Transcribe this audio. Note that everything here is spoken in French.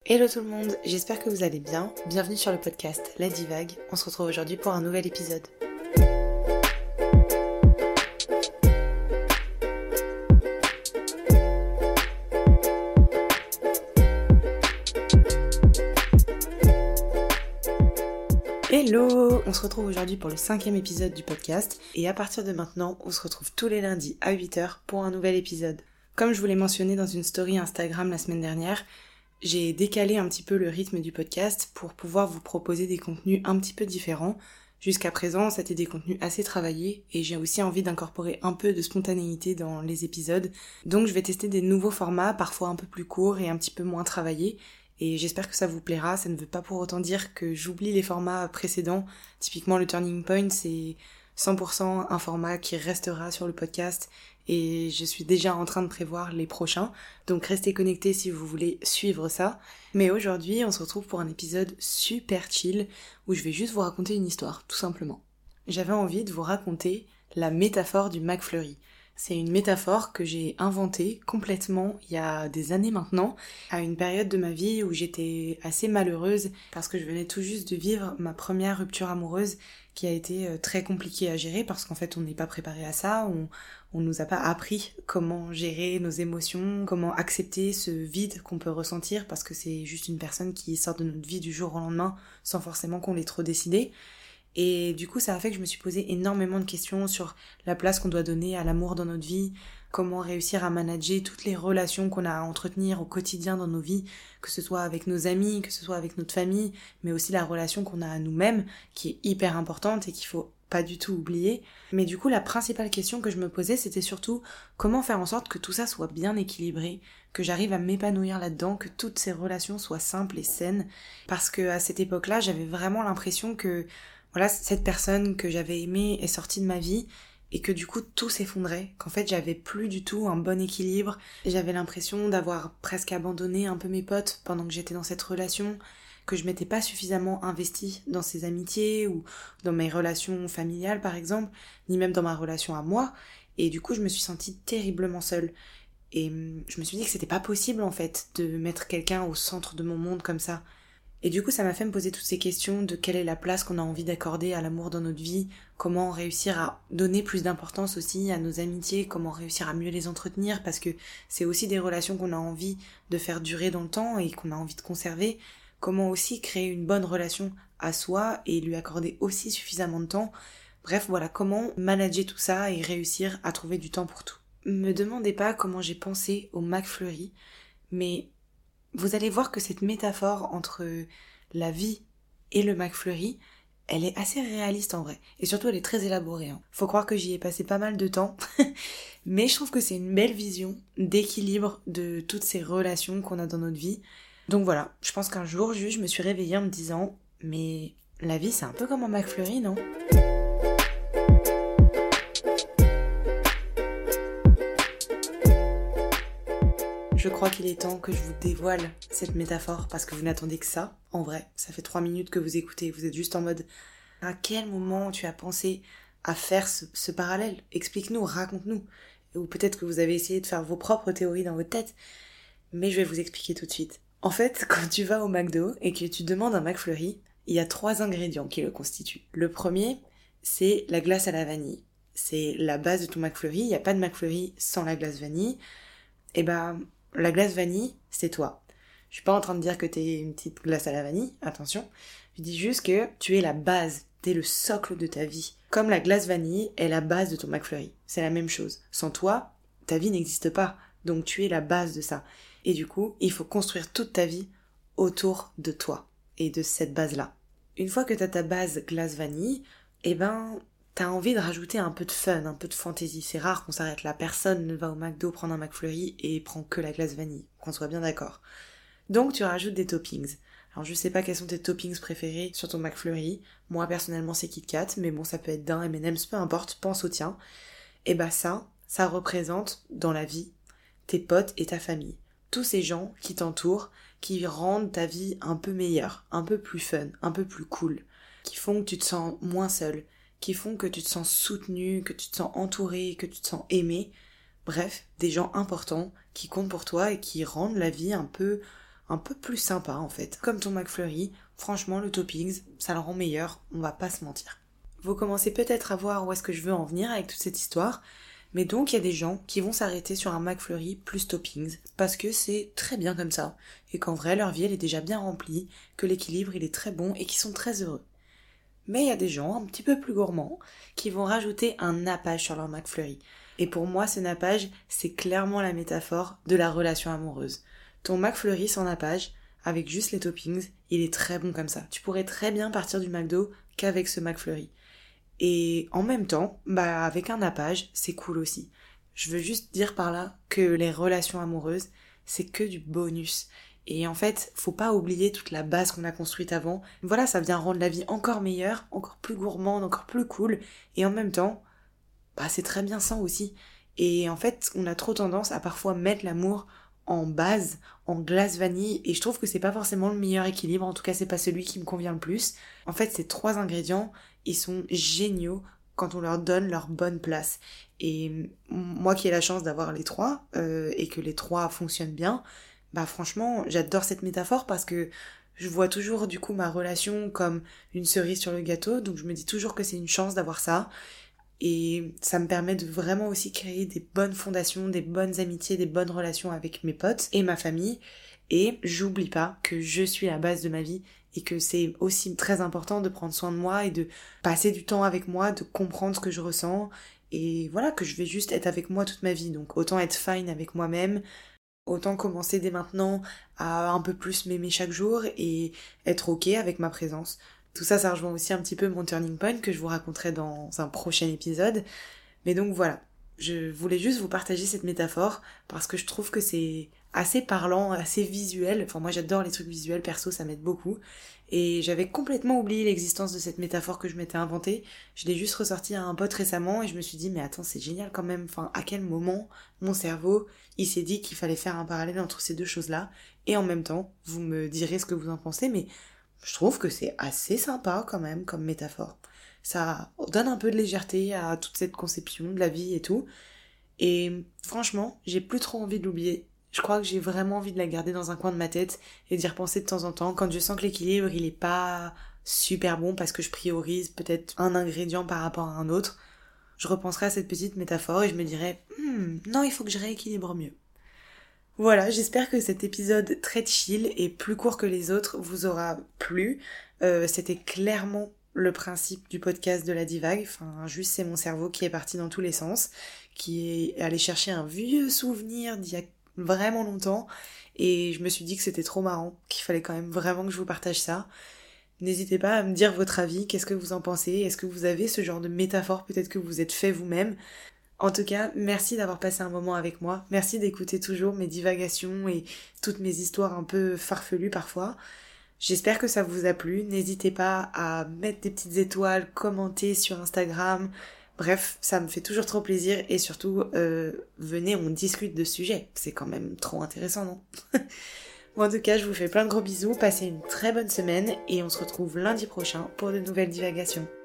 Hello tout le monde, j'espère que vous allez bien. Bienvenue sur le podcast La Divague. On se retrouve aujourd'hui pour un nouvel épisode. Hello! On se retrouve aujourd'hui pour le 5e épisode du podcast et à partir de maintenant, on se retrouve tous les lundis à 8h pour un nouvel épisode. Comme je vous l'ai mentionné dans une story Instagram la semaine dernière, j'ai décalé un petit peu le rythme du podcast pour pouvoir vous proposer des contenus un petit peu différents. Jusqu'à présent, c'était des contenus assez travaillés et j'ai aussi envie d'incorporer un peu de spontanéité dans les épisodes. Donc je vais tester des nouveaux formats, parfois un peu plus courts et un petit peu moins travaillés. Et j'espère que ça vous plaira. Ça ne veut pas pour autant dire que j'oublie les formats précédents. Typiquement, le Turning Point, c'est 100% un format qui restera sur le podcast et je suis déjà en train de prévoir les prochains. Donc restez connectés si vous voulez suivre ça. Mais aujourd'hui, on se retrouve pour un épisode super chill où je vais juste vous raconter une histoire, tout simplement. J'avais envie de vous raconter la métaphore du McFlurry. C'est une métaphore que j'ai inventée complètement il y a des années maintenant, à une période de ma vie où j'étais assez malheureuse parce que je venais tout juste de vivre ma première rupture amoureuse qui a été très compliquée à gérer parce qu'en fait on n'est pas préparé à ça, on nous a pas appris comment gérer nos émotions, comment accepter ce vide qu'on peut ressentir parce que c'est juste une personne qui sort de notre vie du jour au lendemain sans forcément qu'on l'ait trop décidé. Et du coup, ça a fait que je me suis posé énormément de questions sur la place qu'on doit donner à l'amour dans notre vie, comment réussir à manager toutes les relations qu'on a à entretenir au quotidien dans nos vies, que ce soit avec nos amis, que ce soit avec notre famille, mais aussi la relation qu'on a à nous-mêmes, qui est hyper importante et qu'il faut pas du tout oublier. Mais du coup, la principale question que je me posais, c'était surtout comment faire en sorte que tout ça soit bien équilibré, que j'arrive à m'épanouir là-dedans, que toutes ces relations soient simples et saines, parce que à cette époque-là, j'avais vraiment l'impression que voilà, cette personne que j'avais aimée est sortie de ma vie et que du coup tout s'effondrait, qu'en fait j'avais plus du tout un bon équilibre, j'avais l'impression d'avoir presque abandonné un peu mes potes pendant que j'étais dans cette relation, que je m'étais pas suffisamment investie dans ces amitiés ou dans mes relations familiales par exemple, ni même dans ma relation à moi, et du coup je me suis sentie terriblement seule. Et je me suis dit que c'était pas possible en fait de mettre quelqu'un au centre de mon monde comme ça. Et du coup, ça m'a fait me poser toutes ces questions de quelle est la place qu'on a envie d'accorder à l'amour dans notre vie, comment réussir à donner plus d'importance aussi à nos amitiés, comment réussir à mieux les entretenir, parce que c'est aussi des relations qu'on a envie de faire durer dans le temps et qu'on a envie de conserver, comment aussi créer une bonne relation à soi et lui accorder aussi suffisamment de temps. Bref, voilà, comment manager tout ça et réussir à trouver du temps pour tout. Me demandez pas comment j'ai pensé au McFlurry, mais vous allez voir que cette métaphore entre la vie et le McFlurry, elle est assez réaliste en vrai. Et surtout, elle est très élaborée. Faut croire que j'y ai passé pas mal de temps. Mais je trouve que c'est une belle vision d'équilibre de toutes ces relations qu'on a dans notre vie. Donc voilà, je pense qu'un jour, juste, je me suis réveillée en me disant « Mais la vie, c'est un peu comme un McFlurry, non ?» Je crois qu'il est temps que je vous dévoile cette métaphore parce que vous n'attendez que ça. En vrai, ça fait 3 minutes que vous écoutez, vous êtes juste en mode « À quel moment tu as pensé à faire ce parallèle ? Explique-nous, raconte-nous. » Ou peut-être que vous avez essayé de faire vos propres théories dans votre tête. Mais je vais vous expliquer tout de suite. En fait, quand tu vas au McDo et que tu demandes un McFlurry, il y a 3 ingrédients qui le constituent. Le premier, c'est la glace à la vanille. C'est la base de ton McFlurry, il n'y a pas de McFlurry sans la glace vanille. Et la glace vanille, c'est toi. Je suis pas en train de dire que t'es une petite glace à la vanille, attention. Je dis juste que tu es la base, t'es le socle de ta vie. Comme la glace vanille est la base de ton McFlurry. C'est la même chose. Sans toi, ta vie n'existe pas. Donc tu es la base de ça. Et du coup, il faut construire toute ta vie autour de toi et de cette base-là. Une fois que t'as ta base glace vanille, t'as envie de rajouter un peu de fun, un peu de fantaisie. C'est rare qu'on s'arrête là. Personne ne va au McDo prendre un McFlurry et prend que la glace vanille. Qu'on soit bien d'accord. Donc tu rajoutes des toppings. Alors je sais pas quels sont tes toppings préférés sur ton McFlurry. Moi personnellement c'est Kit Kat, mais bon ça peut être d'un M&M's, peu importe, pense au tien. Et ça représente dans la vie tes potes et ta famille. Tous ces gens qui t'entourent, qui rendent ta vie un peu meilleure, un peu plus fun, un peu plus cool. Qui font que tu te sens moins seul. Qui font que tu te sens soutenu, que tu te sens entouré, que tu te sens aimé. Bref, des gens importants qui comptent pour toi et qui rendent la vie un peu un peu plus sympa en fait. Comme ton McFlurry, franchement le toppings, ça le rend meilleur, on va pas se mentir. Vous commencez peut-être à voir où est-ce que je veux en venir avec toute cette histoire, mais donc il y a des gens qui vont s'arrêter sur un McFlurry plus toppings, parce que c'est très bien comme ça, et qu'en vrai leur vie elle est déjà bien remplie, que l'équilibre il est très bon et qu'ils sont très heureux. Mais il y a des gens un petit peu plus gourmands qui vont rajouter un nappage sur leur McFlurry. Et pour moi, ce nappage, c'est clairement la métaphore de la relation amoureuse. Ton McFlurry sans nappage, avec juste les toppings, il est très bon comme ça. Tu pourrais très bien partir du McDo qu'avec ce McFlurry. Et en même temps, avec un nappage, c'est cool aussi. Je veux juste dire par là que les relations amoureuses, c'est que du bonus. Et en fait, faut pas oublier toute la base qu'on a construite avant. Voilà, ça vient rendre la vie encore meilleure, encore plus gourmande, encore plus cool. Et en même temps, c'est très bien sain aussi. Et en fait, on a trop tendance à parfois mettre l'amour en base, en glace vanille, et je trouve que c'est pas forcément le meilleur équilibre, en tout cas c'est pas celui qui me convient le plus. En fait, ces 3 ingrédients, ils sont géniaux quand on leur donne leur bonne place. Et moi qui ai la chance d'avoir les 3, et que les 3 fonctionnent bien, franchement, j'adore cette métaphore parce que je vois toujours du coup ma relation comme une cerise sur le gâteau, donc je me dis toujours que c'est une chance d'avoir ça. Et ça me permet de vraiment aussi créer des bonnes fondations, des bonnes amitiés, des bonnes relations avec mes potes et ma famille. Et j'oublie pas que je suis la base de ma vie et que c'est aussi très important de prendre soin de moi et de passer du temps avec moi, de comprendre ce que je ressens. Et voilà, que je vais juste être avec moi toute ma vie. Donc autant être fine avec moi-même, autant commencer dès maintenant à un peu plus m'aimer chaque jour et être ok avec ma présence. Tout ça, ça rejoint aussi un petit peu mon turning point que je vous raconterai dans un prochain épisode. Mais donc voilà, je voulais juste vous partager cette métaphore parce que je trouve que c'est assez parlant, assez visuel. Enfin moi j'adore les trucs visuels, perso ça m'aide beaucoup. Et j'avais complètement oublié l'existence de cette métaphore que je m'étais inventée. Je l'ai juste ressortie à un pote récemment et je me suis dit mais attends c'est génial quand même. Enfin à quel moment mon cerveau il s'est dit qu'il fallait faire un parallèle entre ces deux choses-là. Et en même temps, vous me direz ce que vous en pensez, mais je trouve que c'est assez sympa quand même comme métaphore. Ça donne un peu de légèreté à toute cette conception de la vie et tout. Et franchement, j'ai plus trop envie de l'oublier. Je crois que j'ai vraiment envie de la garder dans un coin de ma tête et d'y repenser de temps en temps quand je sens que l'équilibre il est pas super bon parce que je priorise peut-être un ingrédient par rapport à un autre. Je repenserai à cette petite métaphore et je me dirai non, il faut que je rééquilibre mieux. Voilà, j'espère que cet épisode très chill et plus court que les autres vous aura plu. C'était clairement le principe du podcast de la divague. Enfin, juste c'est mon cerveau qui est parti dans tous les sens, qui est allé chercher un vieux souvenir d'il y a vraiment longtemps. Et je me suis dit que c'était trop marrant, qu'il fallait quand même vraiment que je vous partage ça. N'hésitez pas à me dire votre avis, qu'est-ce que vous en pensez? Est-ce que vous avez ce genre de métaphore peut-être que vous êtes fait vous-même? En tout cas, merci d'avoir passé un moment avec moi. Merci d'écouter toujours mes divagations et toutes mes histoires un peu farfelues parfois. J'espère que ça vous a plu. N'hésitez pas à mettre des petites étoiles, commenter sur Instagram. Bref, ça me fait toujours trop plaisir et surtout, venez, on discute de ce sujet. C'est quand même trop intéressant, non? Bon, en tout cas, je vous fais plein de gros bisous. Passez une très bonne semaine et on se retrouve lundi prochain pour de nouvelles divagations.